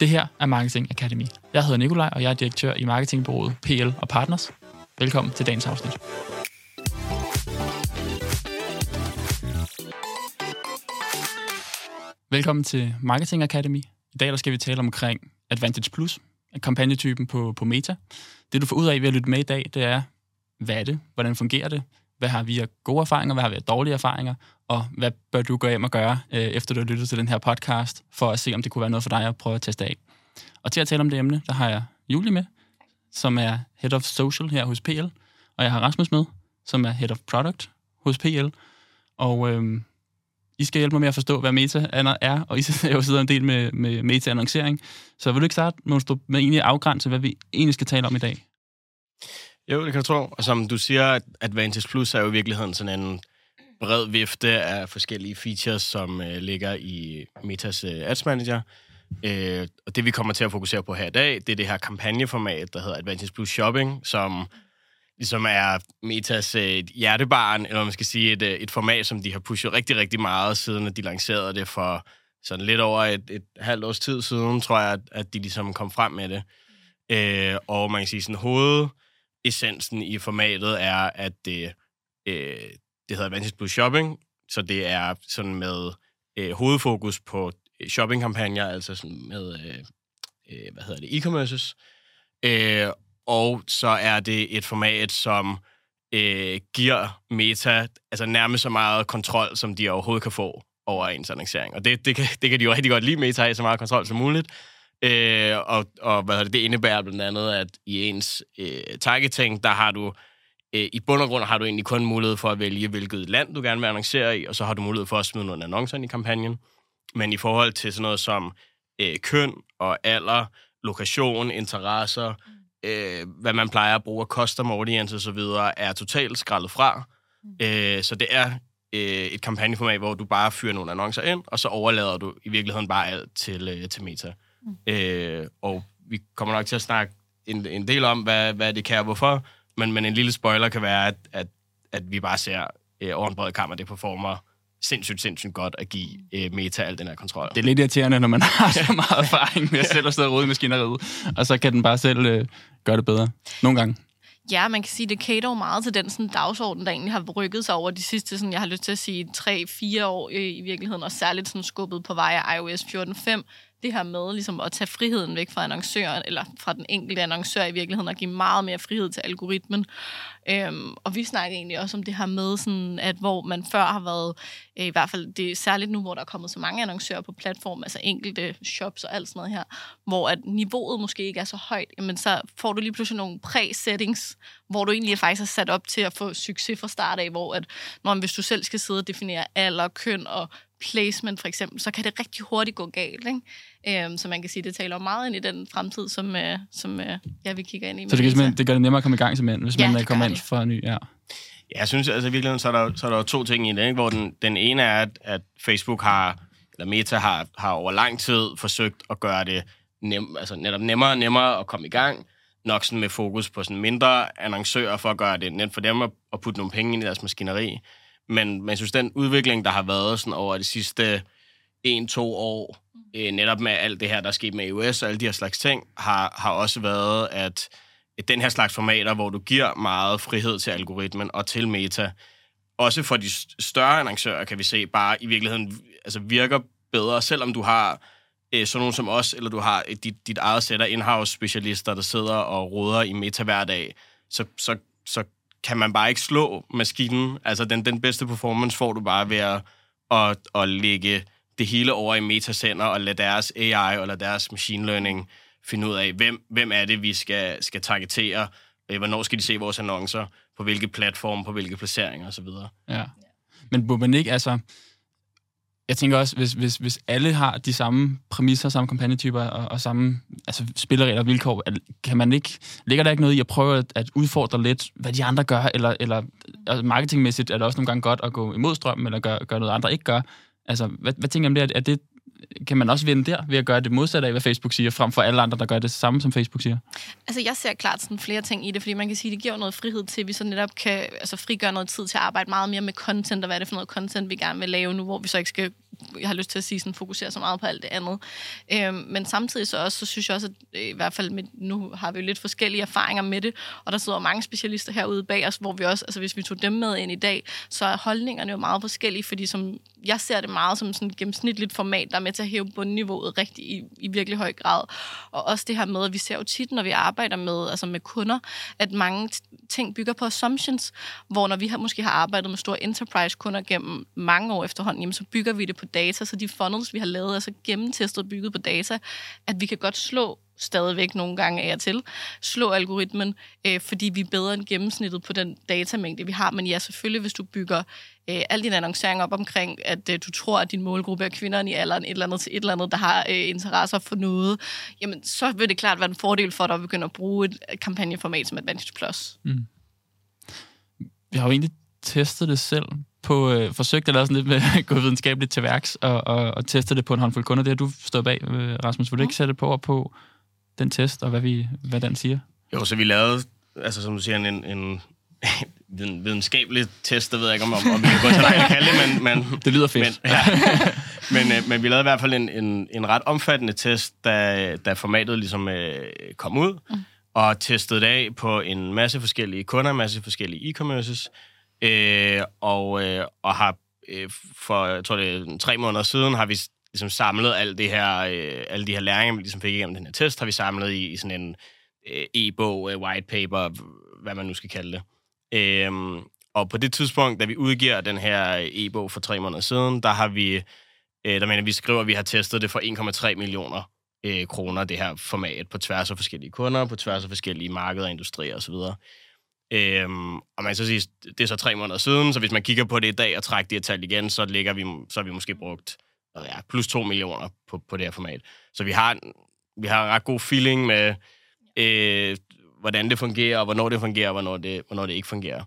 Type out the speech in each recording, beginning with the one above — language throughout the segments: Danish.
Det her er Marketing Academy. Jeg hedder Nikolaj, og jeg er direktør i marketingbureauet PL og Partners. Velkommen til dagens afsnit. Velkommen til Marketing Academy. I dag der skal vi tale omkring Advantage Plus, kampagnetypen på Meta. Det du får ud af ved at lytte med i dag, det er, hvad er det? Hvordan fungerer det? Hvad har vi af gode erfaringer? Hvad har vi af dårlige erfaringer? Og hvad bør du gå hjem og gøre, efter du har lyttet til den her podcast, for at se, om det kunne være noget for dig at prøve at teste af. Og til at tale om det emne, der har jeg Julie med, som er Head of Social her hos PL. Og jeg har Rasmus med, som er Head of Product hos PL. Og I skal hjælpe mig med at forstå, hvad Meta er, og I jo sidder en del med Meta-annoncering. Så vil du ikke starte med egentlig afgrænse, hvad vi egentlig skal tale om i dag? Jo, det kan du tro. Og som du siger, Advantage Plus er jo i virkeligheden sådan en bred vifte af forskellige features, som ligger i Metas Ads Manager. Og det, vi kommer til at fokusere på her i dag, det er det her kampagneformat, der hedder Advantage Plus Shopping, som ligesom er Metas hjertebarn, eller man skal sige et format, som de har pushet rigtig, rigtig meget, siden de lancerede det for sådan lidt over et halvt års tid siden, tror jeg, at de ligesom kom frem med det. Og man kan sige, sådan hovedessensen i formatet er, at det hedder Advantage Plus Shopping, så det er sådan med hovedfokus på shoppingkampagner, altså sådan med e-commerces. Og så er det et format, som giver Meta altså nærmest så meget kontrol, som de overhovedet kan få over ens annoncering. Og det kan de jo rigtig godt lide, Meta have så meget kontrol som muligt. Det indebærer blandt andet, at i ens targeting, der har du i bund og grund har du egentlig kun mulighed for at vælge, hvilket land du gerne vil annoncere i, og så har du mulighed for at smide nogle annoncer ind i kampagnen. Men i forhold til sådan noget som køn og alder, lokation, interesser, hvad man plejer at bruge af custom audience og så videre, er totalt skrællet fra. Så det er et kampagneformat, hvor du bare fyrer nogle annoncer ind, og så overlader du i virkeligheden bare alt til Meta. Og vi kommer nok til at snakke en del om, hvad det kan og hvorfor, men en lille spoiler kan være, at vi bare ser over en bred kammer, det performer sindssygt godt at give Meta al den her kontrol. Det er lidt irriterende, når man har så meget erfaring med at selv at stå og rode i maskineriet, og så kan den bare selv gøre det bedre. Nogle gange. Ja, man kan sige, det cater meget til den sådan, dagsorden, der egentlig har rykket sig over de sidste, sådan, jeg har lyst til at sige, 3-4 år i virkeligheden, og særligt sådan, skubbet på vej af iOS 14.5. Det her med ligesom, at tage friheden væk fra annoncøren, eller fra den enkelte annoncør i virkeligheden, og give meget mere frihed til algoritmen. Og vi snakker egentlig også om det her med, sådan, at hvor man før har været, i hvert fald det er særligt nu, hvor der er kommet så mange annoncører på platformen, altså enkelte shops og alt sådan noget her, hvor at niveauet måske ikke er så højt, men så får du lige pludselig nogle præ-settings, hvor du egentlig faktisk er sat op til at få succes fra start af, hvor at, hvis du selv skal sidde og definere alder, køn og placement for eksempel, så kan det rigtig hurtigt gå galt, ikke? Så man kan sige, det taler meget ind i den fremtid, som vi kigger ind i. Så det gør det nemmere at komme i gang simpelthen, hvis man kommer ind fra ny, Ja, jeg synes, altså i virkeligheden, så er der jo to ting i det, ikke? Hvor den ene er, at Facebook eller Meta har over lang tid forsøgt at gøre det netop nemmere at komme i gang, nok sådan med fokus på sådan mindre annoncører, for at gøre det nemt for dem at putte nogle penge ind i deres maskineri. Men jeg synes, den udvikling, der har været sådan over de sidste 1-2 år, netop med alt det her, der er sket med iOS og alle de her slags ting, har også været, at den her slags formater, hvor du giver meget frihed til algoritmen og til Meta, også for de større annoncører, kan vi se, bare i virkeligheden altså virker bedre, selvom du har sådan nogen som os, eller du har dit eget sæt af in-house-specialister, der sidder og roder i Meta hver dag, så kan man bare ikke slå maskinen. Altså, den bedste performance får du bare ved at lægge det hele over i Metas hænder, og lade deres AI og lade deres machine learning finde ud af, hvem er det, vi skal targetere, hvornår skal de se vores annoncer, på hvilke platforme, på hvilke placeringer osv. Ja. Men må man ikke, altså... Jeg tænker også, hvis alle har de samme præmisser, samme kampagnetyper og samme spilleregler og vilkår, ligger der ikke noget i at prøve at udfordre lidt, hvad de andre gør, eller marketingmæssigt er det også nogle gange godt at gå imod strømmen, eller gøre noget, andre ikke gør. Altså, hvad tænker du om det? Kan man også vinde der ved at gøre det modsatte af, hvad Facebook siger, frem for alle andre, der gør det samme, som Facebook siger? Altså, jeg ser klart sådan flere ting i det, fordi man kan sige, at det giver noget frihed til, at vi så netop kan frigøre noget tid til at arbejde meget mere med content, og hvad er det for noget content, vi gerne vil lave nu, hvor vi så ikke skal jeg har lyst til at sige, sådan, fokusere så meget på alt det andet. Men samtidig så synes jeg også, at i hvert fald nu har vi jo lidt forskellige erfaringer med det, og der sidder mange specialister herude bag os, hvor vi også, altså hvis vi tog dem med ind i dag, så er holdningerne jo meget forskellige, fordi som jeg ser det meget som sådan et gennemsnitligt format, der er med til at hæve bundniveauet rigtig i virkelig høj grad. Og også det her med, at vi ser jo tit, når vi arbejder med kunder, at mange ting bygger på assumptions, hvor når vi måske har arbejdet med store enterprise-kunder gennem mange år efterhånden, jamen, så bygger vi det på data, så de funnels, vi har lavet, er så gennemtestet bygget på data, at vi kan godt slå stadigvæk nogle gange af og til, slå algoritmen, fordi vi er bedre end gennemsnittet på den datamængde, vi har. Men ja, selvfølgelig, hvis du bygger al din annoncering op omkring, at du tror, at din målgruppe er kvinderne i alderen et eller andet, der har interesser for noget, jamen, så vil det klart være en fordel for dig at begynde at bruge et kampagneformat som Advantage Plus. Mm. Vi har jo egentlig testet det selv på forsøgt at lave sådan lidt med gå videnskabeligt til værks og teste det på en håndfuld kunder. Det har du stået bag, Rasmus. Vil du ikke sætte på den test, og hvad den siger? Jo, så vi lavede, altså som du siger, en videnskabelig test, der ved jeg ikke, om vi kan gå så langt at kalde det, men det lyder fedt. Men vi lavede i hvert fald en ret omfattende test, da formatet ligesom kom ud, og testede det af på en masse forskellige kunder, en masse forskellige e-commerces, og har for, jeg tror det er 3 måneder siden, har vi ligesom samlet alle de her læringer, vi ligesom fik igennem den her test, har vi samlet i sådan en e-bog, white paper, hvad man nu skal kalde det. Og på det tidspunkt, da vi udgiver den her e-bog for 3 måneder siden, vi skriver, at vi har testet det for 1,3 millioner kroner, det her format, på tværs af forskellige kunder, på tværs af forskellige markeder, industrier osv. Og man så sige, det er så 3 måneder siden, så hvis man kigger på det i dag og trækker det her tal igen, så har vi måske brugt plus 2 millioner på det her format. Så vi har en ret god feeling med, hvordan det fungerer, og hvornår det fungerer, og hvornår det ikke fungerer.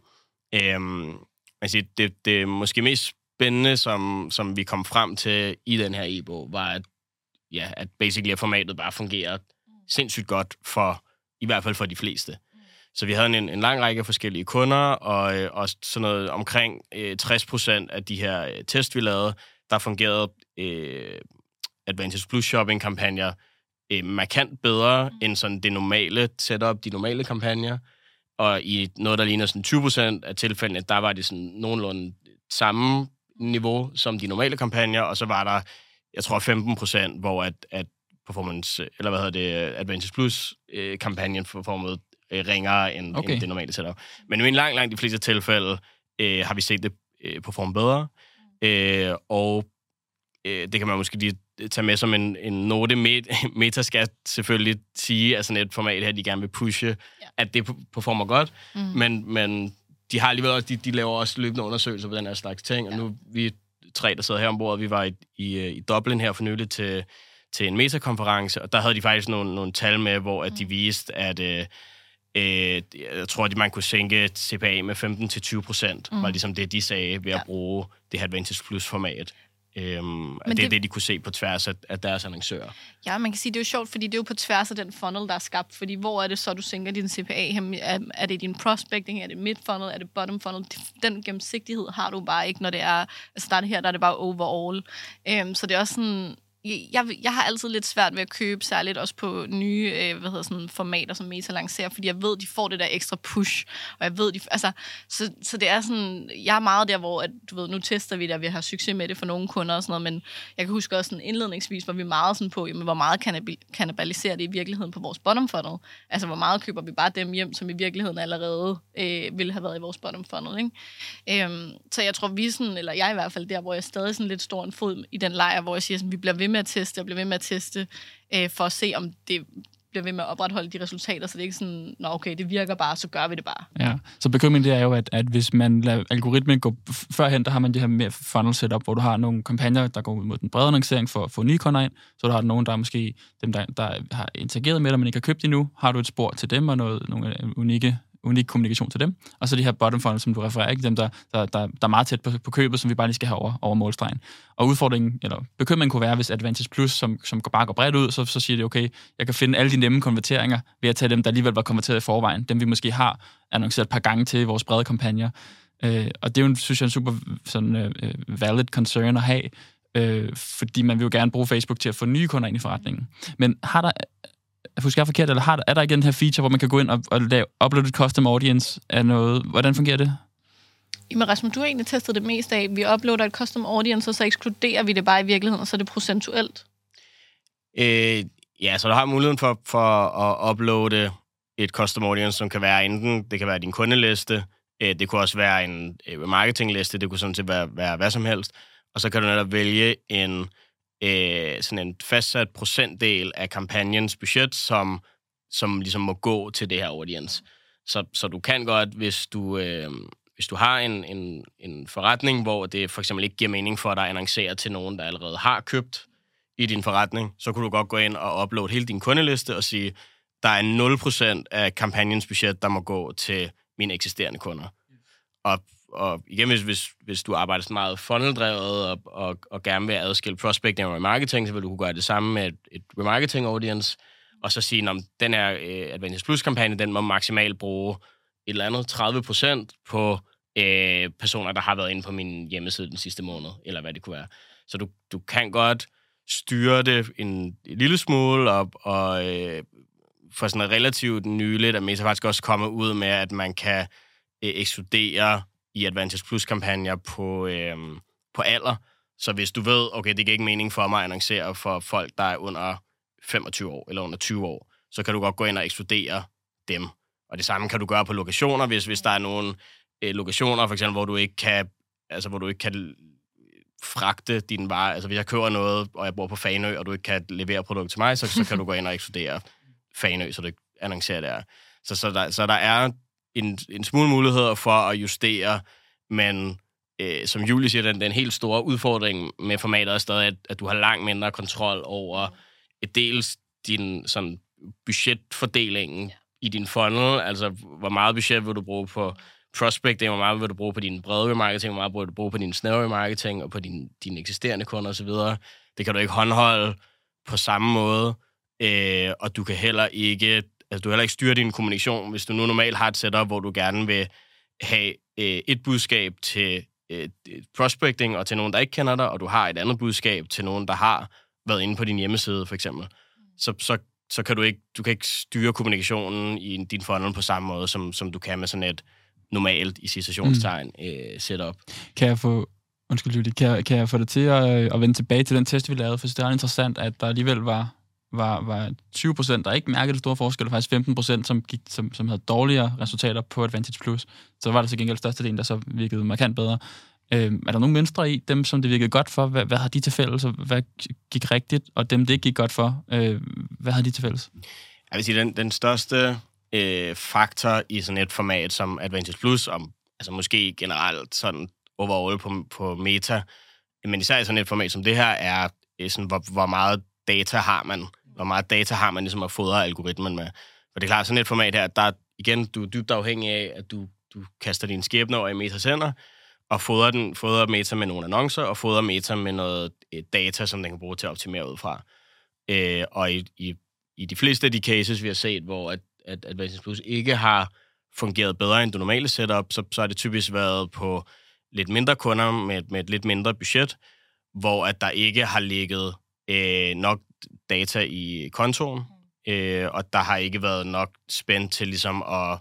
Det er måske mest spændende, som vi kom frem til i den her e-bog, var, at basically at formatet bare fungerer sindssygt godt i hvert fald for de fleste. Så vi havde en lang række forskellige kunder, og sådan noget omkring 60% af de her test, vi lavede, der fungerede Advantage Plus shopping-kampagner markant bedre end sådan det normale setup, de normale kampagner. Og i noget, der ligner sådan 20% af tilfældene, der var det sådan nogenlunde samme niveau som de normale kampagner, og så var der, jeg tror 15%, hvor at performance, eller Advantage Plus kampagnen performede ringere end det normale setup. Men i en lang de fleste tilfælde har vi set det performe bedre, og det kan man måske lige tage med som en note. Meta skal selvfølgelig sige, at sådan et format her, de gerne vil pushe, at det performer godt, men de har alligevel også, de laver også løbende undersøgelser på den her slags ting, og nu vi 3, der sidder her ombord, vi var i Dublin her for nylig til en Meta-konference, og der havde de faktisk nogle tal med, hvor at de viste, at jeg tror, at man kunne sænke CPA med 15-20%, var ligesom det, de sagde ved at bruge det her Advantage Plus-format. Det er det, de kunne se på tværs af deres annoncører. Ja, man kan sige, det er jo sjovt, fordi det er jo på tværs af den funnel, der er skabt. Fordi hvor er det så, du sænker din CPA? Er det din prospecting? Er det mid-funnel? Er det bottom-funnel? Den gennemsigtighed har du bare ikke, når det er... Altså, der er det bare overall. Så det er også sådan... Jeg har altid lidt svært ved at købe, særligt også på nye formater, som Meta lancerer, fordi jeg ved, de får det der ekstra push, og jeg ved, så det er sådan, jeg er meget der, hvor, at, du ved, nu tester vi det, og vi har succes med det for nogle kunder og sådan noget, men jeg kan huske også sådan indledningsvis, hvor vi meget sådan på, jamen, hvor meget kannibaliserer det i virkeligheden på vores bottom funnel? Altså, hvor meget køber vi bare dem hjem, som i virkeligheden allerede ville have været i vores bottom funnel, ikke? Så jeg tror, vi sådan, eller jeg i hvert fald der, hvor jeg stadig sådan lidt står en fod i den lejr, hvor jeg siger sådan, vi bliver ved med at teste, for at se, om det bliver ved med at opretholde de resultater, så det er ikke sådan, nå okay, det virker bare, så gør vi det bare. Ja, så bekymringen det er jo, at hvis man lader algoritmen gå førhen, der har man det her mere funnel setup, hvor du har nogle kampagner, der går ud mod den brede annoncering for at få nye kunder ind, så du har nogen, der er måske dem, der har interageret med dig, men ikke har købt endnu, har du et spor til dem og nogle unik kommunikation til dem, og så de her bottom funnel, som du refererer, ikke? Dem, der er meget tæt på købet, som vi bare lige skal have over målstregen. Og udfordringen, eller bekymringen kunne være, hvis Advantage Plus, som bare går bredt ud, så siger det, okay, jeg kan finde alle de nemme konverteringer ved at tage dem, der alligevel var konverteret i forvejen, dem vi måske har annonceret et par gange til i vores brede kampagner. Og det er jo, synes jeg, en super sådan, valid concern at have, fordi man vil jo gerne bruge Facebook til at få nye kunder ind i forretningen. Men husker jeg forkert, eller er der ikke den her feature, hvor man kan gå ind og uploade et custom audience af noget? Hvordan fungerer det? Jamen Rasmus, du har egentlig testet det mest af. Vi uploader et custom audience, og så ekskluderer vi det bare i virkeligheden, og så er det procentuelt. Ja, så du har muligheden for at uploade et custom audience, som kan være enten, det kan være din kundeliste, det kunne også være en remarketingliste, det kunne sådan set være hvad som helst, og så kan du netop vælge sådan en fastsat procentdel af kampagnens budget, som ligesom må gå til det her audience. Så du kan godt, hvis du har en forretning, hvor det for eksempel ikke giver mening for dig at annoncere til nogen, der allerede har købt i din forretning, så kunne du godt gå ind og uploade hele din kundeliste og sige, der er 0% af kampagnens budget, der må gå til mine eksisterende kunder. Og igen, hvis du arbejder så meget funneldrevet og gerne vil adskille prospecting og remarketing, så vil du kunne gøre det samme med et remarketing audience, og så sige, at den her Advantage Plus-kampagne, den må maksimalt bruge et eller andet 30% på personer, der har været inde på min hjemmeside den sidste måned, eller hvad det kunne være. Så du kan godt styre det en lille smule, og for sådan noget relativt nyligt, at Meta faktisk også kommer ud med, at man kan ekskludere i Advantage Plus-kampagner på alder. Så hvis du ved, okay, det giver ikke mening for mig at annoncere for folk, der er under 25 år eller under 20 år, så kan du godt gå ind og ekskludere dem. Og det samme kan du gøre på lokationer, hvis der er nogle lokationer, for eksempel, hvor du ikke kan fragte din vare. Altså hvis jeg køber noget, og jeg bor på Fanø, og du ikke kan levere produkt til mig, så kan du gå ind og ekskludere Fanø, så du ikke annoncerer der. Så der er en smule muligheder for at justere, men som Julie siger, den helt store udfordring med formatet er stadig, at du har langt mindre kontrol over dels din sådan budgetfordelingen i din funnel, altså hvor meget budget vil du bruge på prospecting, hvor meget vil du bruge på din brede remarketing, hvor meget vil du bruge på din snævre remarketing og på dine eksisterende kunder osv. Det kan du ikke håndholde på samme måde, og du kan heller ikke styre din kommunikation, hvis du nu normalt har et setup, hvor du gerne vil have et budskab til prospecting og til nogen, der ikke kender dig, og du har et andet budskab til nogen, der har været inde på din hjemmeside, for eksempel. Så kan du kan ikke styre kommunikationen i din funnel på samme måde, som du kan med sådan et normalt, i citationstegn, setup. Kan jeg få dig til at vende tilbage til den test, vi lavede? For det er interessant, at der alligevel var 20%, der ikke mærkede det store forskel, og faktisk 15%, som havde dårligere resultater på Advantage Plus. Så var det til gengæld størstedelen, der så virkede markant bedre. Er der nogle mønstre i dem, som det virkede godt for? Hvad har de til fælles, og hvad gik rigtigt? Og dem, det ikke gik godt for, hvad har de til fælles? Jeg vil sige, den største faktor i sådan et format som Advantage Plus, altså måske generelt sådan overall på Meta, men især i sådan et format som det her, er sådan, hvor meget data har man. Hvor meget data har man ligesom at fodre algoritmen med. For det er klart, sådan et format her, der igen, du er dybt afhængig af, at du kaster dine skæbner over i Metas hænder, og fodrer Meta med nogle annoncer, og fodrer Meta med noget data, som den kan bruge til at optimere ud fra. Og i de fleste af de cases, vi har set, hvor at Advantage Plus ikke har fungeret bedre end det normale setup, så har det typisk været på lidt mindre kunder med et lidt mindre budget, hvor at der ikke har ligget nok data i kontoen, og der har ikke været nok spændt til ligesom at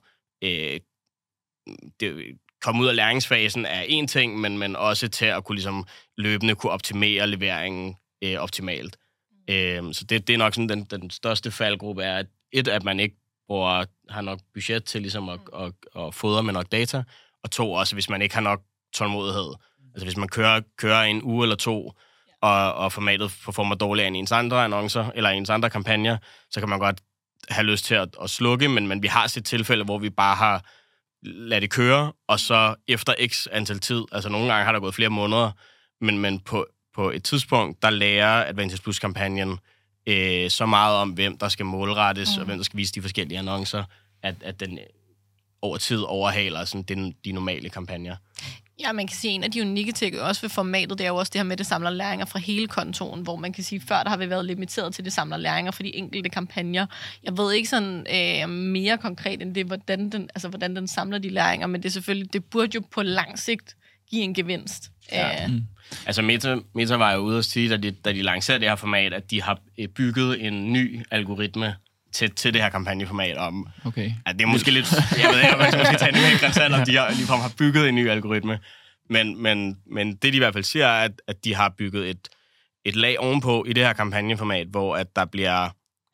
komme ud af læringsfasen er en ting, men også til at kunne løbende kunne optimere leveringen optimalt. Så det er nok sådan den største faldgruppe er, at man ikke har nok budget til ligesom at fodre med nok data, og 2 også, hvis man ikke har nok tålmodighed. Altså hvis man kører en uge eller 2, og formatet performer dårligere end ens andre annoncer, eller ens andre kampagner, så kan man godt have lyst til at slukke, men vi har set tilfælde, hvor vi bare har ladet det køre, og så efter x antal tid, altså nogle gange har der gået flere måneder, men på et tidspunkt, der lærer Advantage Plus-kampagnen så meget om, hvem der skal målrettes, og hvem der skal vise de forskellige annoncer, at den over tid overhaler sådan de normale kampagner. Ja, man kan sige, en af de unikke ting også ved formatet, det er jo også det her med, det samler læringer fra hele kontoen, hvor man kan sige, før der har vi været limiteret til, det samler læringer fra de enkelte kampagner. Jeg ved ikke sådan mere konkret end det, hvordan den samler de læringer, men det er selvfølgelig, det burde jo på lang sigt give en gevinst. Ja. Altså Meta var jo ude at sige, da de lancerede det her format, at de har bygget en ny algoritme til det her kampagneformat. Okay. Ja, det er måske lidt... Jeg ved ikke, om man skal måske tage det med grænsand, om de ligefrem har bygget en ny algoritme. Men det, de i hvert fald siger, er, at de har bygget et lag ovenpå i det her kampagneformat, hvor at der bliver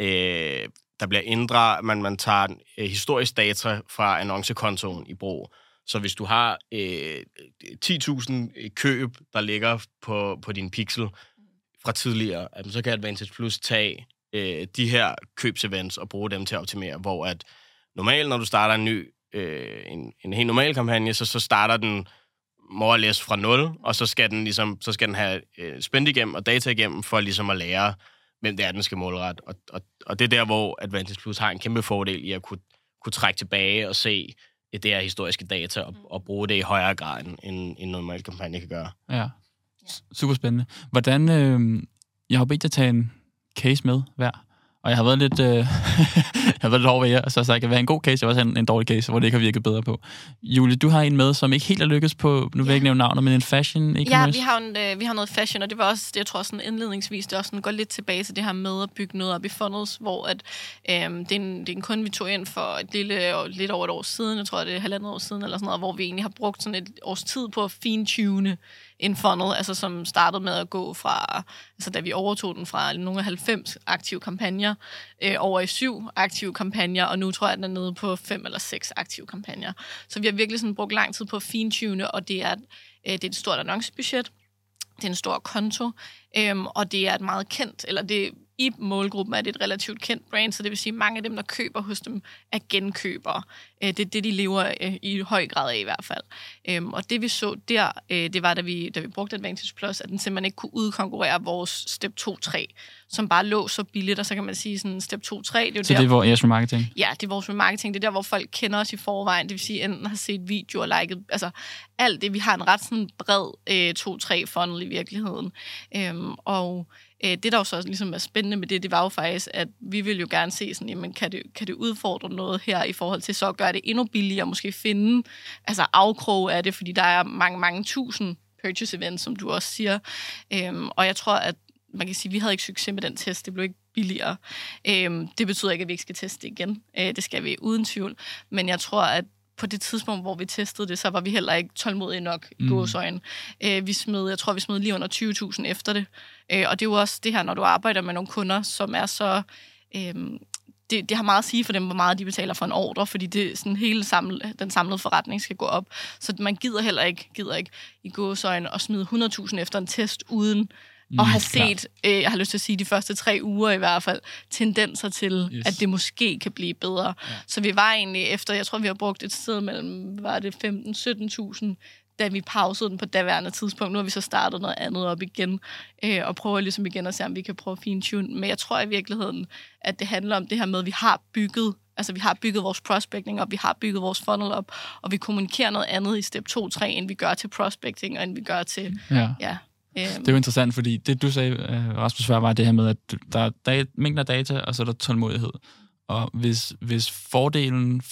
inddraget... Man tager historisk data fra annoncekontoen i brug. Så hvis du har 10.000 køb, der ligger på din pixel fra tidligere, så kan Advantage Plus tage de her købsevents og bruge dem til at optimere, hvor at normalt, når du starter en helt normal kampagne, så starter den more or less fra 0, og så skal den have spændt igennem og data igennem for ligesom at lære, hvem det er, den skal målrette. Og det er der, hvor Advantage Plus har en kæmpe fordel i at kunne trække tilbage og se det her historiske data og bruge det i højere grad, end en normal kampagne kan gøre. Ja, super spændende. Hvordan, jeg har bedt dig at tage en case med hver, og jeg har været lidt, hård ved jer, så jeg kan være en god case, og også en dårlig case, hvor det ikke har virket bedre på. Julie, du har en med, som ikke helt er lykkes på, nu vil jeg ikke nævne navnet, men en fashion e-commerce. Ja, vi har noget fashion, og det var også, jeg tror sådan indledningsvis, det også sådan, går lidt tilbage til det her med at bygge noget op i funnels, hvor at, det er en kunde, vi tog ind for lidt over et år siden, jeg tror det er 1,5 år siden, eller sådan noget, hvor vi egentlig har brugt sådan et års tid på at fine-tune en funnel, altså som startede med at gå fra, altså da vi overtog den fra nogle af 90 aktive kampagner, over i 7 aktive kampagner, og nu tror jeg, at den er nede på 5 eller 6 aktive kampagner. Så vi har virkelig sådan brugt lang tid på at fine-tune, og det er et stort annoncebudget, det er en stor konto, og det er et meget kendt, eller det i målgruppen er det et relativt kendt brand, så det vil sige, at mange af dem, der køber hos dem, er genkøbere. Det er det, de lever i høj grad af i hvert fald. Og det vi så der, det var, da vi brugte Advantage Plus, at den simpelthen ikke kunne udkonkurrere vores Step 2-3, som bare lå så billigt, og så kan man sige sådan Step 2-3. Det er jo så der, det er jeres remarketing? Ja, det er vores remarketing. Det er der, hvor folk kender os i forvejen. Det vil sige, enten har set videoer, liket, altså alt det. Vi har en ret sådan bred 2-3 funnel i virkeligheden. Og det, der jo så ligesom er spændende med det var jo faktisk, at vi vil jo gerne se sådan, jamen, kan det udfordre noget her i forhold til så at gøre det endnu billigere, måske finde altså afkrog af det, fordi der er mange tusind purchase events, som du også siger. Og jeg tror, at man kan sige, at vi havde ikke succes med den test, det blev ikke billigere. Det betyder ikke, at vi ikke skal teste det igen. Det skal vi uden tvivl. Men jeg tror, at på det tidspunkt, hvor vi testede det, så var vi heller ikke tålmodige nok i gåseøjne. Jeg tror, vi smed lige under 20.000 efter det. Og det er jo også det her, når du arbejder med nogle kunder, som er så... Det har meget at sige for dem, hvor meget de betaler for en ordre, fordi det sådan hele den samlede forretning skal gå op. Så man gider heller ikke i gåseøjne at smide 100.000 efter en test, uden at have set, jeg har lyst til at sige, de første 3 uger i hvert fald, tendenser til, at det måske kan blive bedre. Ja. Så vi var egentlig efter, jeg tror, vi har brugt et sted mellem, var det 15-17.000, da vi pausede den på daværende tidspunkt. Nu har vi så startet noget andet op igen, og prøver ligesom igen at se, om vi kan prøve at fine-tune. Men jeg tror i virkeligheden, at det handler om det her med, at vi har bygget vores prospecting op, vi har bygget vores funnel op, og vi kommunikerer noget andet i step 2-3, end vi gør til prospecting, og end vi gør til... Ja. Det er jo interessant, fordi det, du sagde, Rasmus, var det her med, at der er mængder af data, og så er der tålmodighed. Og hvis fordelen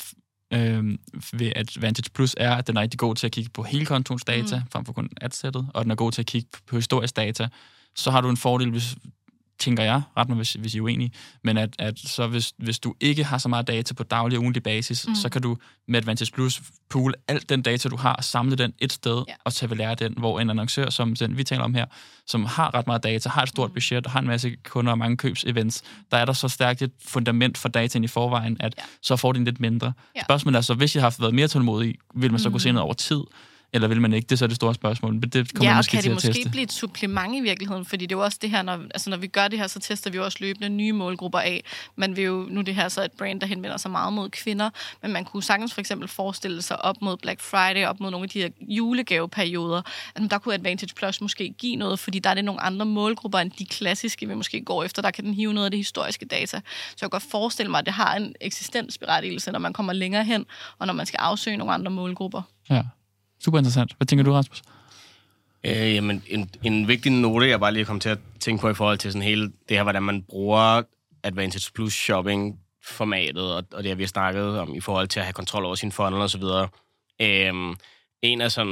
ved Advantage Plus er, at den er rigtig god til at kigge på hele kontoens data, frem for kun adsættet, og den er god til at kigge på historisk data, så har du en fordel, hvis tænker jeg, ret mig, hvis I er uenige, men at så hvis du ikke har så meget data på daglig og ugentlig basis, så kan du med Advantage Plus pool alt den data, du har, og samle den et sted, og tage ved lære den, hvor en annoncør, som den vi taler om her, som har ret meget data, har et stort budget, og har en masse kunder og mange købsevents, der er der så stærkt et fundament for dataen i forvejen, at så får den lidt mindre. Spørgsmålet er så, hvis I har været mere tålmodige, vil man så kunne se noget over tid, eller vil man ikke? Det er så det store spørgsmål. Men det kommer måske kan til det at teste. Måske blive et supplement i virkeligheden? Fordi det er jo også det her, når vi gør det her, så tester vi jo også løbende nye målgrupper af. Man vil jo, nu det her så et brand, der henvender sig meget mod kvinder, men man kunne sagtens for eksempel forestille sig op mod Black Friday, op mod nogle af de her julegaveperioder, at der kunne Advantage Plus måske give noget, fordi der er det nogle andre målgrupper, end de klassiske, vi måske går efter. Der kan den hive noget af det historiske data. Så jeg kan godt forestille mig, at det har en eksistensberettigelse, når man kommer længere hen, og når man skal afsøge nogle andre målgrupper. Ja. Super interessant. Hvad tænker du, Rasmus? Jamen, en vigtig note, jeg bare lige kom til at tænke på i forhold til sådan hele det her, hvordan man bruger Advantage Plus shopping-formatet, og det, vi har snakket om i forhold til at have kontrol over sin funnel og så videre. En af sådan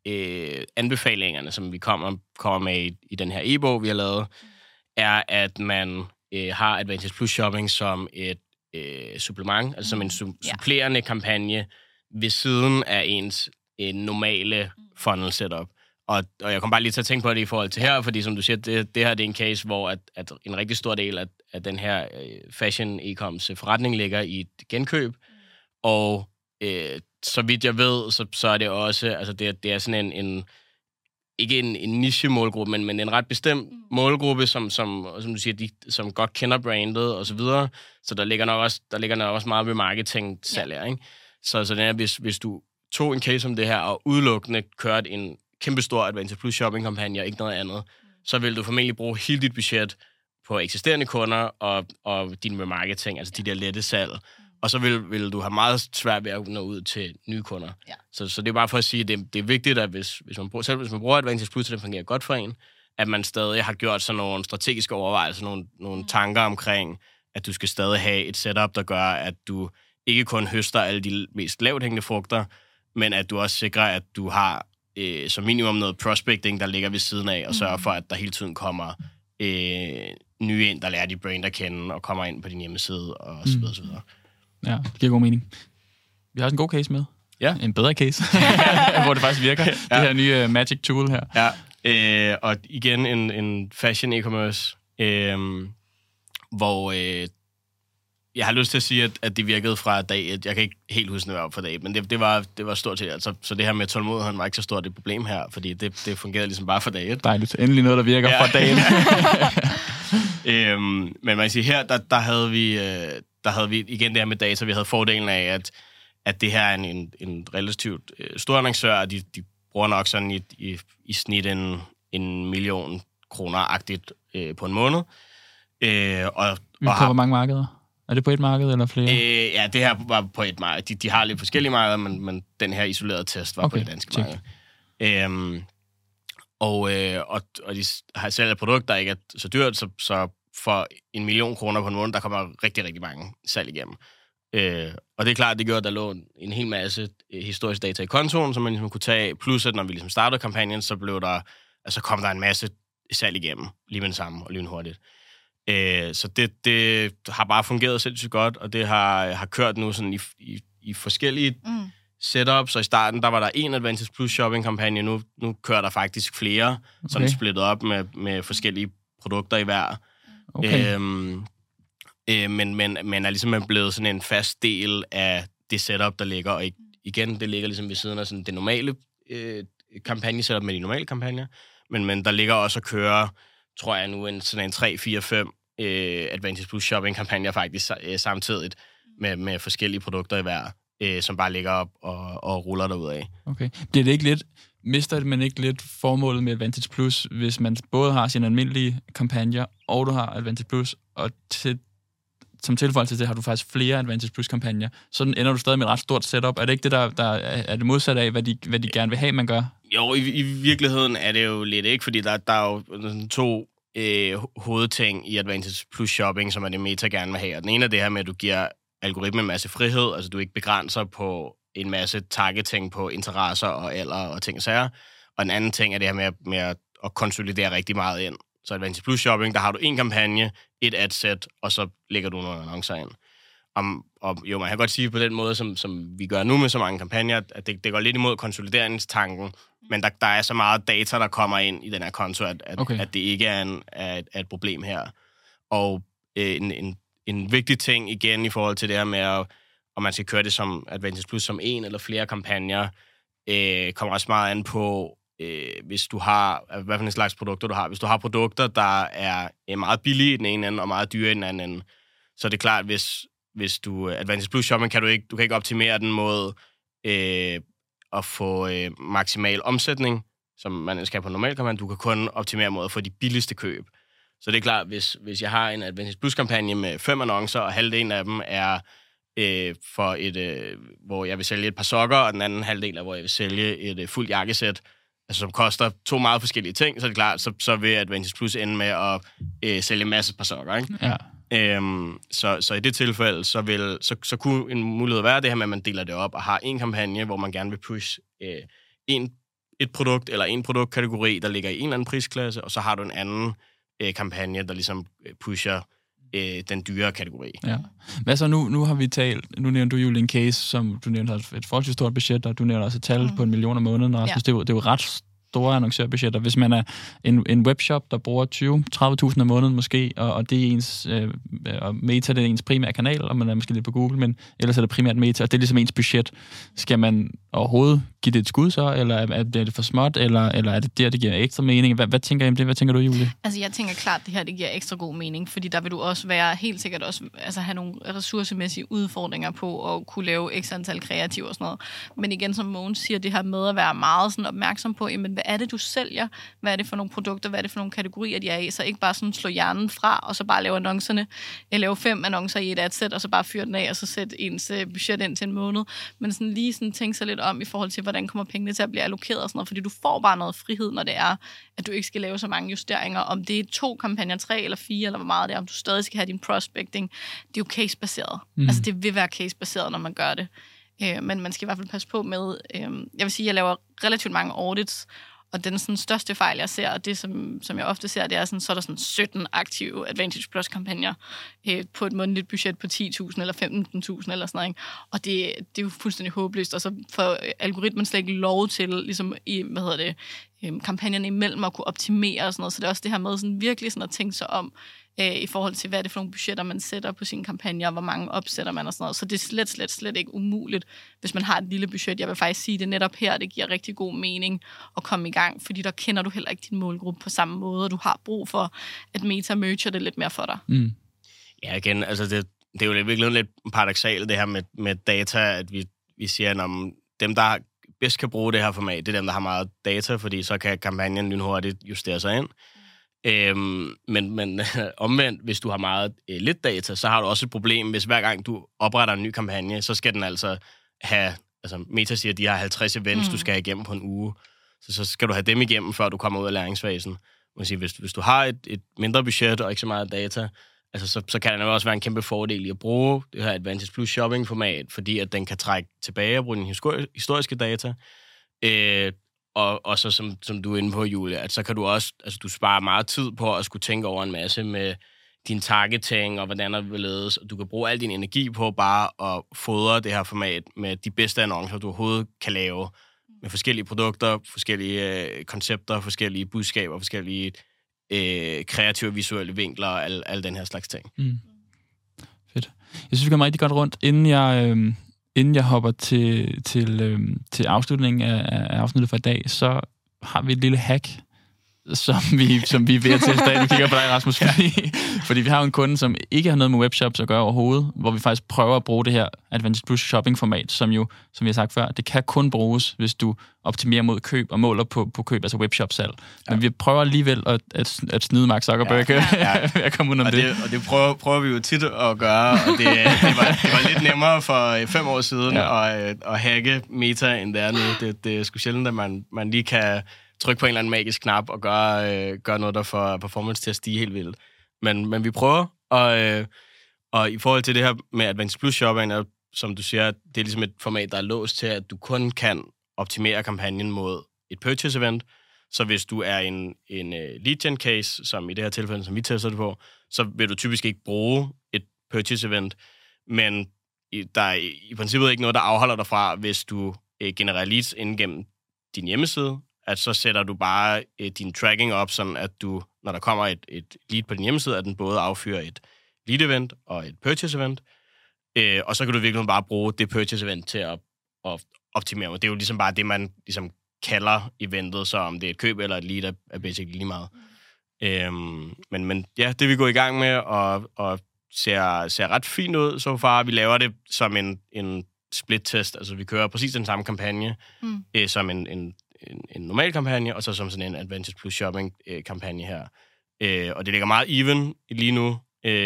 anbefalingerne, som vi kommer med i den her e-bog, vi har lavet, er, at man har Advantage Plus Shopping som et supplement, altså som en supplerende kampagne ved siden af ens normale funnel setup. Og jeg kom bare lige til at tænke på det i forhold til her, fordi som du siger, det her det er en case, hvor at en rigtig stor del af den her fashion e-coms forretning ligger i et genkøb. Og så vidt jeg ved, så er det også, altså det er sådan en ikke en niche-målgruppe, men en ret bestemt målgruppe, som du siger, som godt kender brandet og så videre. Så der ligger nok også meget remarketing-salg, ikke? Så det er, hvis du tog en case som det her, og udelukkende kørte en kæmpestor Advantage Plus shopping-kampagne og ikke noget andet, så vil du formentlig bruge hele dit budget på eksisterende kunder og din remarketing, altså de der lette salg. Og så vil du have meget svært ved at nå ud til nye kunder. Ja. Så det er bare for at sige, at det er vigtigt, at hvis man bruger Advantage Plus, så det fungerer godt for en, at man stadig har gjort sådan nogle strategiske overvejelser, nogle tanker omkring, at du skal stadig have et setup, der gør, at du ikke kun høster alle de mest lavt hængende frugter, men at du også sikrer, at du har som minimum noget prospecting, der ligger ved siden af, og sørger for, at der hele tiden kommer nye ind, der lærer de brand at kende, og kommer ind på din hjemmeside, og så videre, så videre. Ja, det giver god mening. Vi har også en god case med. Ja. En bedre case, hvor det faktisk virker. Det her nye Magic Tool her. Ja, og igen en fashion e-commerce, hvor jeg har lyst til at sige, at det virkede fra dag 1. Jeg kan ikke helt huske, det var fra dag 1, men det var stort set. Altså, så det her med tålmodigheden var ikke så stort et problem her, fordi det fungerede ligesom bare fra dag 1. Dejligt. Endelig noget, der virker fra dag 1. Men man kan sige, her, der havde vi igen det her med data. Vi havde fordelen af, at det her er en relativt stor annoncør, og de bruger nok sådan i snit en million kroner-agtigt på en måned. Hvor mange markeder? Er det på et marked eller flere? Ja, det her var på et marked. De har lidt forskellige markeder, men den her isolerede test var på det danske marked. Og de har selv et produkt, der ikke er så dyrt, så for 1 million kroner på en måned, der kommer rigtig, rigtig mange salg igennem. Og det er klart, det gjorde, at der lå en hel masse historisk data i kontoen, som man ligesom kunne tage, plus at når vi ligesom startede kampagnen, så kom der en masse salg igennem, lige med det samme og lynhurtigt. Så det har bare fungeret sindssygt godt, og det har kørt nu sådan i forskellige setups. Så i starten, der var der en Advantage Plus shopping-kampagne, nu kører der faktisk flere, sådan splittet op med forskellige produkter i hver. Okay. Men er ligesom blevet sådan en fast del af det setup, der ligger, og igen, det ligger ligesom ved siden af sådan det normale kampagne-setup med de normale kampagner, men der ligger også at køre, tror jeg nu, sådan en 3, 4, 5 Advantage Plus shopping-kampagner faktisk samtidig med forskellige produkter i hver, som bare ligger op og ruller derudad. Okay. Bliver det ikke lidt, mister man ikke lidt formålet med Advantage Plus, hvis man både har sine almindelige kampagner, og du har Advantage Plus, og som tilføjelse til det har du faktisk flere Advantage Plus-kampagner, så ender du stadig med et ret stort setup. Er det ikke det, der er det modsatte af, hvad de gerne vil have, man gør? Jo, i virkeligheden er det jo lidt ikke, fordi der er jo to hovedting i Advantage Plus Shopping, som er det Meta gerne vil have. Og den ene er det her med, at du giver algoritmen en masse frihed, altså du ikke begrænser på en masse targeting på interesser og alder og ting og sager. Og den anden ting er det her med at konsolidere rigtig meget ind. Så Advantage Plus Shopping, der har du en kampagne, et adset, og så lægger du nogle annoncer ind. Og jo, man kan godt sige på den måde, som vi gør nu med så mange kampagner, at det går lidt imod konsolideringstanken, men der er så meget data, der kommer ind i den her konto, at det ikke er et problem her. Og en vigtig ting igen i forhold til det her med, om man skal køre det som Advantage Plus som en eller flere kampagner, kommer også meget an på, hvis du har, hvad for en slags produkter du har. Hvis du har produkter, der er meget billige i den ene ende, og meget dyre i den anden ende, så er det klart, hvis du Advantage Plus Shopping, du kan ikke optimere den mod at få maksimal omsætning, som man skal på normal kampagne. Du kan kun optimere mod at få de billigste køb. Så det er klart, hvis jeg har en Advantage Plus-kampagne med 5 annoncer, og halvdelen af dem er for hvor jeg vil sælge et par sokker, og den anden halvdel er, hvor jeg vil sælge et fuldt jakkesæt, altså som koster 2 meget forskellige ting, så er det klart, så vil Advantage Plus ende med at sælge en masse par sokker, ikke? Ja. Så i det tilfælde, så kunne en mulighed være det her med, at man deler det op og har en kampagne, hvor man gerne vil push en et produkt eller en produktkategori, der ligger i en eller anden prisklasse, og så har du en anden kampagne, der ligesom pusher den dyre kategori. Ja. Hvad så nu har vi talt, nu nævner du jo en case, som du nævner har et forholdsvis stort budget, og du nævner også et tal på 1 million om måneden, og det er jo ret store annoncørbudgetter. Hvis man er en webshop, der bruger 20-30.000 om måneden måske, og det er ens, og Meta det er ens primære kanal, og man er måske lidt på Google, men ellers er det primært Meta, og det er ligesom ens budget. Skal man overhovedet give det et skud så, eller er det for småt, eller er det der, det giver ekstra mening? Hvad tænker I om det? Hvad tænker du, Julie? Altså, jeg tænker klart, at det her det giver ekstra god mening, fordi der vil du også være helt sikkert også have nogle ressourcemæssige udfordringer på at kunne lave x antal kreative og sådan noget. Men igen, som Mogens siger, det her med at være meget sådan opmærksom på, jamen, hvad er det, du sælger? Hvad er det for nogle produkter? Hvad er det for nogle kategorier, de er i? Så ikke bare sådan slå hjernen fra, og så bare lave annoncerne. Lave 5 annoncer i et adset, og så bare fyre den af, og så sætte ens budget ind til en måned. Men sådan lige sådan tænke sig lidt om i forhold til, hvordan kommer pengene til at blive allokeret og sådan noget, fordi du får bare noget frihed, når det er, at du ikke skal lave så mange justeringer. Om det er 2 kampagner, 3 eller 4, eller hvor meget det er, om du stadig skal have din prospecting. Det er jo case-baseret. Altså det vil være case-baseret, når man gør det. Men man skal i hvert fald passe på med, jeg vil sige, jeg laver relativt mange audits, og den sådan, største fejl, jeg ser, og det, som jeg ofte ser, det er, sådan, så er der sådan 17 aktive Advantage Plus-kampagner på et månedligt budget på 10.000 eller 15.000 eller sådan noget. Ikke? Og det er jo fuldstændig håbløst, og så får algoritmen slet ikke lov til, ligesom i, kampagnerne imellem at kunne optimere og sådan noget. Så det er også det her med sådan, virkelig sådan at tænke sig om, i forhold til, hvad er det for nogle budgetter, man sætter på sine kampagner, hvor mange opsætter man og sådan noget. Så det er slet ikke umuligt, hvis man har et lille budget. Jeg vil faktisk sige, det netop her, det giver rigtig god mening at komme i gang, fordi der kender du heller ikke din målgruppe på samme måde, og du har brug for, at Meta merger det lidt mere for dig. Mm. Ja, igen, altså det er jo virkelig lidt paradoksalt, det her med data, at vi siger, at dem, der bedst kan bruge det her format, det er dem, der har meget data, fordi så kan kampagnen lynhurtigt justere sig ind. Men omvendt, hvis du har meget lidt data, så har du også et problem, hvis hver gang du opretter en ny kampagne, så skal den altså have, altså Meta siger, at de har 50 events, du skal have igennem på en uge. Så skal du have dem igennem, før du kommer ud af læringsfasen. Hvis du har et mindre budget og ikke så meget data, altså så kan det også være en kæmpe fordel i at bruge det her Advantage Plus shopping-format, fordi at den kan trække tilbage og bruge den historiske data. Og så som du er inde på, Julie, at så kan du også, altså du sparer meget tid på at skulle tænke over en masse med din targeting og hvordan der vil ledes, og du kan bruge al din energi på bare at fodre det her format med de bedste annoncer, du overhovedet kan lave, med forskellige produkter, forskellige koncepter, forskellige budskaber, forskellige kreative visuelle vinkler og al den her slags ting. Mm. Fedt. Jeg synes, vi kommer rigtig godt rundt, inden jeg hopper til afslutningen af afsnittet for i dag, så har vi et lille hack, som vi er ved at teste af. Nu kigger på dig, Rasmus, fordi vi har jo en kunde, som ikke har noget med webshops at gøre overhovedet, hvor vi faktisk prøver at bruge det her Advantage Plus shopping-format, som vi har sagt før, det kan kun bruges, hvis du optimerer mod køb og måler på køb, altså webshop-salg. Ja. Men vi prøver alligevel at snyde Mark Zuckerberg at komme ud om det. Og det prøver vi jo tit at gøre, og det var lidt nemmere for 5 år siden at hacke Meta, end det er nu. Det er sgu sjældent, at man lige kan trykke på en eller anden magisk knap og gøre noget, der får performance til at stige helt vildt. Men vi prøver, og i forhold til det her med Advantage Plus Shopping, som du siger, det er ligesom et format, der er låst til, at du kun kan optimere kampagnen mod et purchase event. Så hvis du er en lead gen case, som i det her tilfælde, som vi tester det på, så vil du typisk ikke bruge et purchase event, men der er i princippet ikke noget, der afholder dig fra, hvis du genererer leads ind gennem din hjemmeside, at så sætter du bare din tracking op, sådan at du, når der kommer et lead på din hjemmeside, at den både affyrer et lead-event og et purchase-event, og så kan du virkelig bare bruge det purchase-event til at optimere. Det er jo ligesom bare det, man ligesom kalder eventet, så om det er et køb eller et lead, er basically lige meget. Men ja, det vi går i gang med, og ser ret fint ud så far. Vi laver det som en split-test, altså vi kører præcis den samme kampagne, som en normal kampagne, og så som sådan en Advantage Plus shopping-kampagne her. Og det ligger meget even lige nu.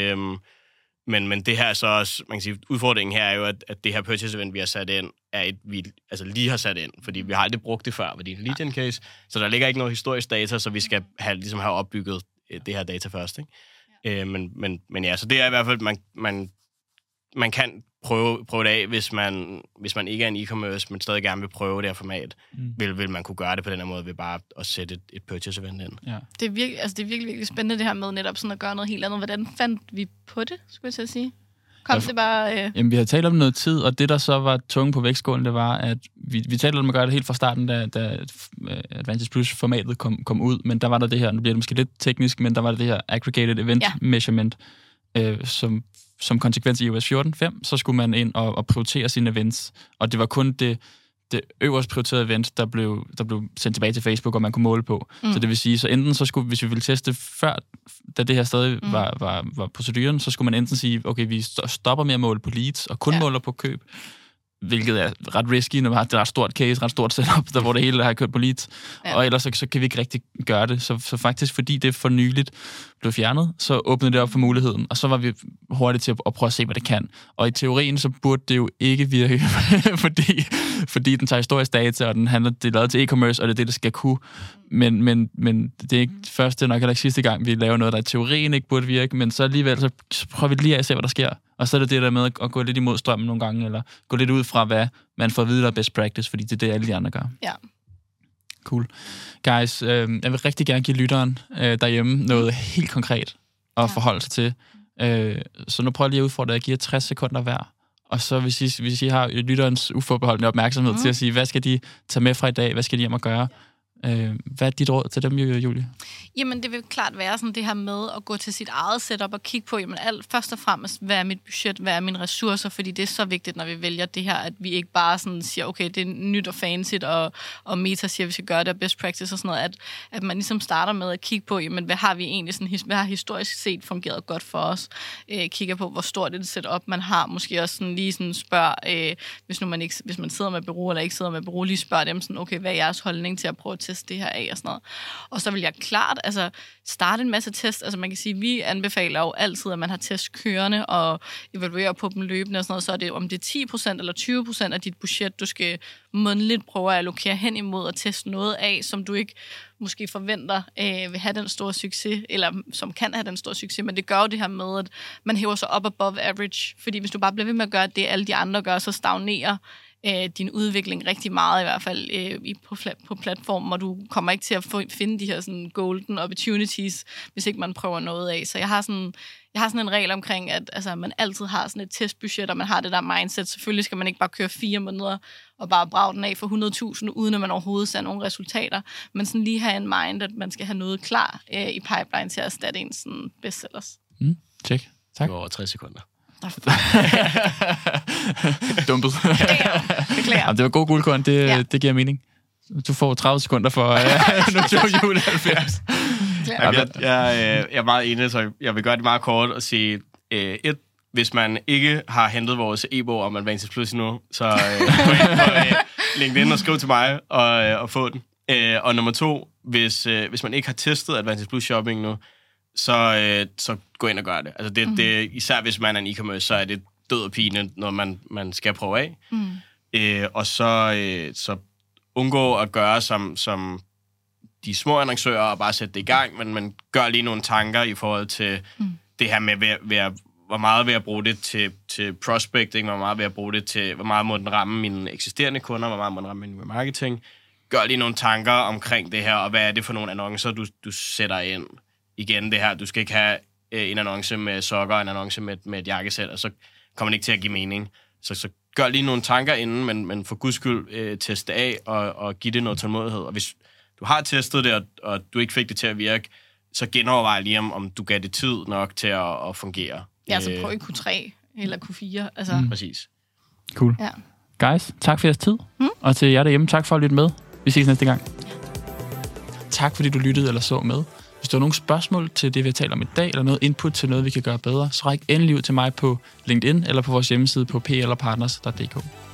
Men det her er så også, man kan sige, udfordringen her er jo, at det her purchase event, vi har sat ind, er et, vi altså lige har sat ind, fordi vi har aldrig brugt det før, fordi det er en lead gen case, så der ligger ikke noget historisk data, så vi skal ligesom have opbygget det her data først, ikke? Men ja, så det er i hvert fald, man man kan prøve det af, hvis man ikke er en e-commerce, men stadig gerne vil prøve det her format, vil man kunne gøre det på den her måde, ved bare at sætte et purchase event ind. Ja. Det er virkelig spændende det her med netop sådan at gøre noget helt andet. Hvordan fandt vi på det, skulle jeg til at sige? Det bare... Jamen, vi har talt om noget tid, og det, der så var tunge på vægtskålen, det var, at vi talte om at gøre det helt fra starten, da Advantage Plus-formatet kom ud, men der var der det her, nu bliver det måske lidt teknisk, men der var der det her Aggregated Event Measurement, som konsekvens i iOS 14.5, så skulle man ind og prioritere sine events, og det var kun det øverst prioriterede event, der blev sendt tilbage til Facebook, og man kunne måle på. Så det vil sige, så enten så skulle, hvis vi ville teste før, da det her stadig var proceduren, så skulle man enten sige, okay, vi stopper med at måle på leads, og kun måler på køb, hvilket er ret risky, når man har et ret stort case, ret stort setup, der hvor det hele har kørt på leads. Ja. Og ellers så kan vi ikke rigtig gøre det. Så faktisk, fordi det for nyligt blev fjernet, så åbnede det op for muligheden, og så var vi hurtigt til at prøve at se, hvad det kan. Og i teorien, så burde det jo ikke virke, fordi den tager historisk data, og det er lavet til e-commerce, og det er det skal kunne. Men det er ikke første, nok heller ikke sidste gang, vi laver noget, der i teorien ikke burde virke, men så alligevel, så prøver vi lige at se, hvad der sker. Og så er det det der med at gå lidt imod strømmen nogle gange, eller gå lidt ud fra, hvad man får at vide, der er best practice, fordi det er det, alle de andre gør. Ja. Cool. Guys, jeg vil rigtig gerne give lytteren derhjemme noget helt konkret at forholde sig til. Så nu prøver jeg lige at udfordre, at jeg giver 60 sekunder hver. Og så hvis I har lytterens uforbeholdende opmærksomhed til at sige, hvad skal de tage med fra i dag, hvad skal de hjem og gøre? Hvad er dit råd til dem, Julie? Jamen, det vil klart være sådan det her med at gå til sit eget setup og kigge på, jamen først og fremmest, hvad er mit budget, hvad er mine ressourcer, fordi det er så vigtigt, når vi vælger det her, at vi ikke bare sådan siger, okay, det er nyt og fancy, og Meta siger, at vi skal gøre det, og best practice og sådan noget, at man ligesom starter med at kigge på, jamen, hvad har vi egentlig sådan, hvad har historisk set fungeret godt for os? Kigger på, hvor stort et setup man har, måske også sådan lige sådan spørg, hvis man sidder med bureau eller ikke sidder med bureau, lige spørg dem sådan, okay, hvad er jeres holdning til at prøve at teste det her af og sådan noget. Og så vil jeg klart starte en masse test. Altså man kan sige, vi anbefaler jo altid, at man har test kørende og evaluerer på dem løbende og sådan noget. Så er det, om det er 10% eller 20% af dit budget, du skal månedligt prøve at allokere hen imod at teste noget af, som du ikke måske forventer vil have den store succes, eller som kan have den store succes, men det gør jo det her med, at man hæver sig op above average, fordi hvis du bare bliver ved med at gøre det, alle de andre gør, så stagnerer din udvikling rigtig meget, i hvert fald på platformen, og du kommer ikke til at finde de her sådan golden opportunities, hvis ikke man prøver noget af. Så jeg har sådan en regel omkring, at altså, man altid har sådan et testbudget, og man har det der mindset. Selvfølgelig skal man ikke bare køre 4 måneder og bare brage den af for 100.000, uden at man overhovedet ser nogle resultater, men sådan lige have en mind, at man skal have noget klar i pipeline til at erstatte ens sådan bestsellers. Check. Tak. Det var over 60 sekunder. Dumpet. Beklager. Jamen, det var god guldkorn, det giver mening. Du får 30 sekunder for Notion Jule 90. Jeg er meget enig, så jeg vil gøre det meget kort og sige, hvis man ikke har hentet vores e-bog om Advantage Plus endnu, så gå ind på LinkedIn og skriv til mig og få den. Og nummer 2, hvis man ikke har testet Advantage Plus Shopping nu, så gå ind og gør det. Altså det især hvis man er en e-commerce, så er det død og pine, når man skal prøve af. Og så undgå at gøre som de små annoncører og bare sætte det i gang, men man gør lige nogle tanker i forhold til det her med, hvor meget vil jeg bruge det til prospecting, hvor meget vil jeg bruge det til, hvor meget må den ramme mine eksisterende kunder, hvor meget må den ramme min marketing. Gør lige nogle tanker omkring det her, og hvad er det for nogle annoncer, du sætter ind. Igen det her, du skal ikke have en annonce med sokker, en annonce med et jakkesæt, og så kommer det ikke til at give mening. Så gør lige nogle tanker inden, men for guds skyld test det af, og give det noget tålmodighed. Og hvis du har testet det, og du ikke fik det til at virke, så genovervej lige om du gav det tid nok til at fungere. Ja, så prøv i Q3 eller Q4. Altså. Præcis. Cool. Ja. Guys, tak for jeres tid. Og til jer derhjemme, tak for at lytte med. Vi ses næste gang. Tak fordi du lyttede eller så med. Hvis du har nogle spørgsmål til det, vi har talt om i dag, eller noget input til noget, vi kan gøre bedre, så ræk endelig ud til mig på LinkedIn eller på vores hjemmeside på plrpartners.dk.